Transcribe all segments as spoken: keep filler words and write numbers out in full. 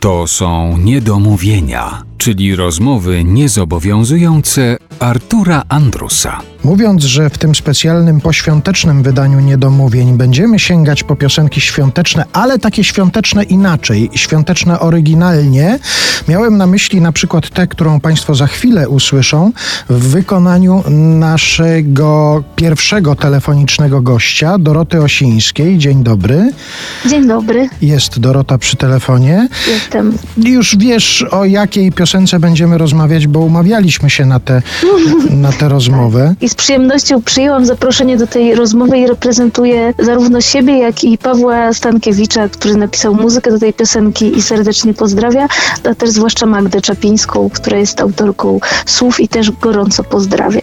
To są niedomówienia, czyli rozmowy niezobowiązujące Artura Andrusa. Mówiąc, że w tym specjalnym poświątecznym wydaniu Niedomówień będziemy sięgać po piosenki świąteczne, ale takie świąteczne inaczej, świąteczne oryginalnie, miałem na myśli na przykład tę, którą Państwo za chwilę usłyszą w wykonaniu naszego pierwszego telefonicznego gościa, Doroty Osińskiej. Dzień dobry. Dzień dobry. Jest Dorota przy telefonie. Jestem. Już wiesz, o jakiej piosence będziemy rozmawiać, bo umawialiśmy się na tę na tę rozmowę. I z przyjemnością przyjęłam zaproszenie do tej rozmowy i reprezentuję zarówno siebie, jak i Pawła Stankiewicza, który napisał muzykę do tej piosenki i serdecznie pozdrawia, a też zwłaszcza Magdę Czapińską, która jest autorką słów i też gorąco pozdrawia.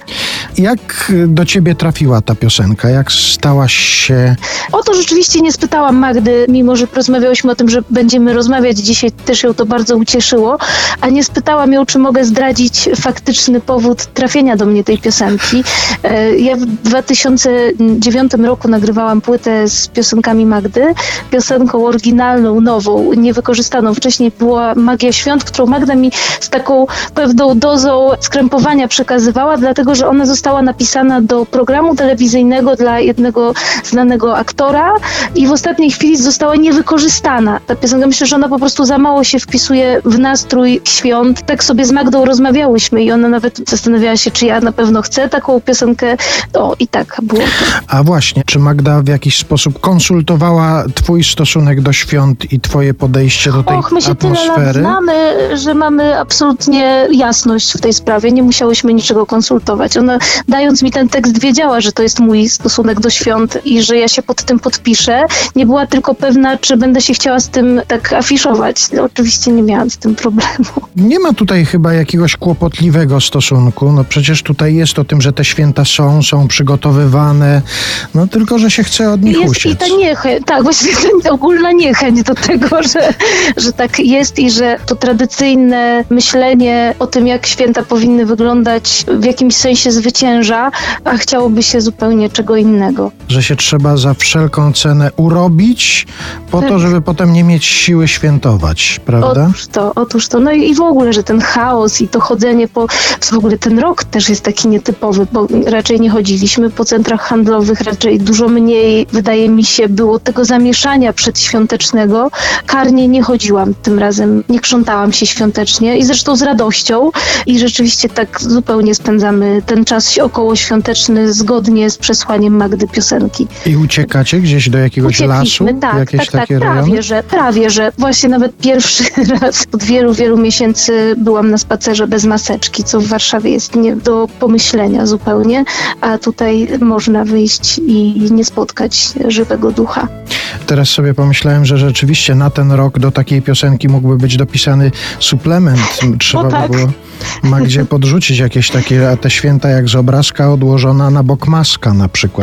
Jak do ciebie trafiła ta piosenka? Jak stałaś się... O to rzeczywiście nie spytałam Magdy, mimo że porozmawiałyśmy o tym, że będziemy rozmawiać dzisiaj, też ją to bardzo ucieszyło, a nie spytałam ją, czy mogę zdradzić faktyczny powód trafienia do mnie tej piosenki. Ja w dwa tysiące dziewiątym roku nagrywałam płytę z piosenkami Magdy, piosenką oryginalną, nową, niewykorzystaną. Wcześniej była Magia Świąt, którą Magda mi z taką pewną dozą skrępowania przekazywała, dlatego że ona została napisana do programu telewizyjnego dla jednego znanego aktora i w ostatniej chwili została niewykorzystana. Ta piosenka, myślę, że ona po prostu za mało się wpisuje w nastrój świąt. Tak sobie z Magdą rozmawiałyśmy i ona nawet zastanawiała się, czy ja na pewno chcę taką piosenkę. O, i tak było to. A właśnie, czy Magda w jakiś sposób konsultowała twój stosunek do świąt i twoje podejście do tej Och, my się atmosfery? tyle lat znamy, że mamy absolutnie jasność w tej sprawie. Nie musiałyśmy niczego konsultować. Ona, dając mi ten tekst, wiedziała, że to jest mój stosunek do świąt i że ja się pod tym podpiszę. Nie była tylko pewna, czy będę się chciała z tym tak afiszować. Oczywiście nie miałam z tym problemu. Nie ma tutaj chyba jakiegoś kłopotliwego stosunku. No przecież tutaj jest o tym, że te święta są, są przygotowywane, no tylko, że się chce od nich jest uciec. I ta niechęć, tak, właściwie ta ogólna niechęć do tego, że, że tak jest i że to tradycyjne myślenie o tym, jak święta powinny wyglądać, w jakimś sensie zwycięża, a chciałoby się zupełnie czego innego. Że się trzeba za wszelką cenę urobić po to, żeby potem nie mieć siły świętować, prawda? Otóż to, otóż to. No i, i w ogóle, że ten chaos i to chodzenie po... W ogóle ten rok też jest taki nietypowy, bo raczej nie chodziliśmy po centrach handlowych, raczej dużo mniej, wydaje mi się, było tego zamieszania przedświątecznego. Karnie nie chodziłam tym razem, nie krzątałam się świątecznie i zresztą z radością i rzeczywiście tak zupełnie spędzamy ten czas okołoświąteczny zgodnie z przesłaniem Magdy piosenki. I uciekacie gdzieś do jakiegoś lasu? Tak, jakieś tak, tak, takie prawie, rejony? że, prawie, że właśnie nawet pierwszy raz od wielu, wielu miesięcy byłam na spacerze bez maseczki, co w Warszawie jest nie do pomyślenia zupełnie, a tutaj można wyjść i nie spotkać żywego ducha. Teraz sobie pomyślałem, że rzeczywiście na ten rok do takiej piosenki mógłby być dopisany suplement. Trzeba O, tak. by było Magdzie podrzucić jakieś takie, a te święta jak z obrazka odłożona na bok maska na przykład.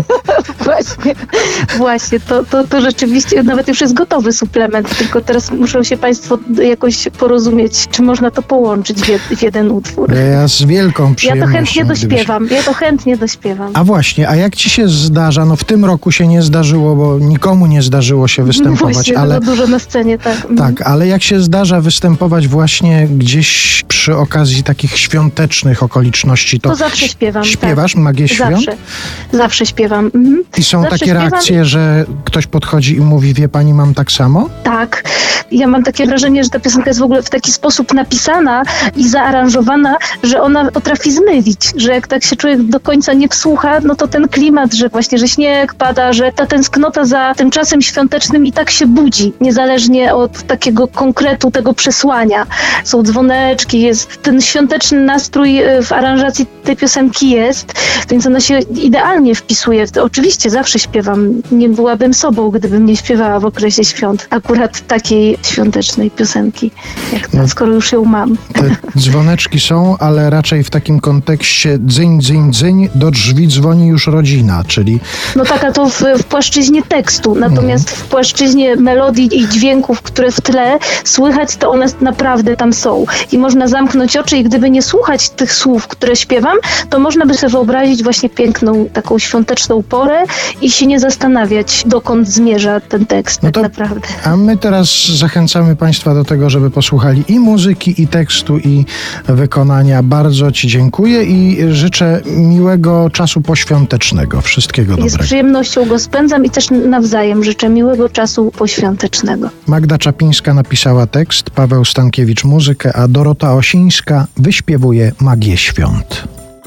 Właśnie, właśnie, to, to, to rzeczywiście nawet już jest gotowy suplement, tylko teraz muszą się Państwo jakoś porozumieć, czy można to połączyć w, jed, w jeden utwór. Ja z wielką Ja przyjemnością. to chętnie dośpiewam, Gdybyś... ja to chętnie dośpiewam. A właśnie, a jak ci się zdarza, no w tym roku się nie zdarzyło, bo nikomu nie zdarzyło się występować, Właśnie, ale... dużo na scenie, tak. Tak, ale jak się zdarza występować właśnie gdzieś przy okazji takich świątecznych okoliczności, to, To zawsze śpiewam. Śpiewasz tak. Magię Świąt? Zawsze, zawsze śpiewam. Mhm. I są Zawsze takie śpiewam reakcje, że ktoś podchodzi i mówi, wie pani, mam tak samo? Tak. Ja mam takie wrażenie, że ta piosenka jest w ogóle w taki sposób napisana i zaaranżowana, że ona potrafi zmylić, że jak tak się człowiek do końca nie wsłucha, no to ten klimat, że właśnie, że śnieg pada, że ta tęsknota za tym czasem świątecznym i tak się budzi, niezależnie od takiego konkretu tego przesłania. Są dzwoneczki, jest ten świąteczny nastrój w aranżacji tej piosenki jest, więc ona się idealnie wpisuje. Oczywiście zawsze śpiewam. Nie byłabym sobą, gdybym nie śpiewała w okresie świąt. Akurat takiej świątecznej piosenki, jak ta, No. skoro już ją mam. Te dzwoneczki są, ale raczej w takim kontekście dzyń dzyń, dzyń, dzyń, do drzwi dzwoni już rodzina, czyli... No taka to w, w płaszczyźnie tekstu, natomiast mhm. w płaszczyźnie melodii i dźwięków, które w tle słychać, to one naprawdę tam są. I można zamknąć oczy i gdyby nie słuchać tych słów, które śpiewam, to można by sobie wyobrazić właśnie piękną, taką świąteczną porę i się nie zastanawiać, dokąd zmierza ten tekst, no to, tak naprawdę. A my teraz zachęcamy Państwa do tego, żeby posłuchali i muzyki, i tekstu, i wykonania. Bardzo Ci dziękuję i życzę miłego czasu poświątecznego. Wszystkiego dobrego. I z przyjemnością go spędzam i też nawzajem życzę miłego czasu poświątecznego. Magda Czapińska napisała tekst, Paweł Stankiewicz muzykę, a Dorota Osińska wyśpiewuje Magię Świąt.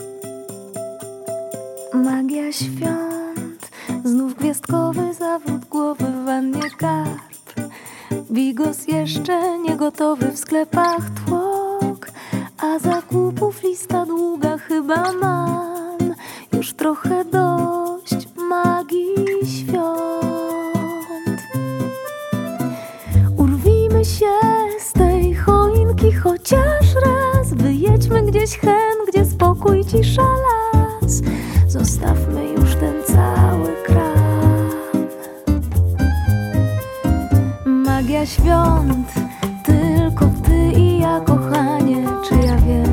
Magia świąt, znów gwiazdkowy zawrót głowy w wannie karp. Bigos jeszcze nie gotowy, w sklepach tłok, a zakupów lista długa, chyba mam już trochę dość magii świąt. Urwijmy się z tej choinki chociaż raz, wyjedźmy gdzieś hen, gdzie spokój, cisza, las. Zostawmy już ten cały kram. Magia świąt, tylko ty i ja, kochanie, czy ja wiem?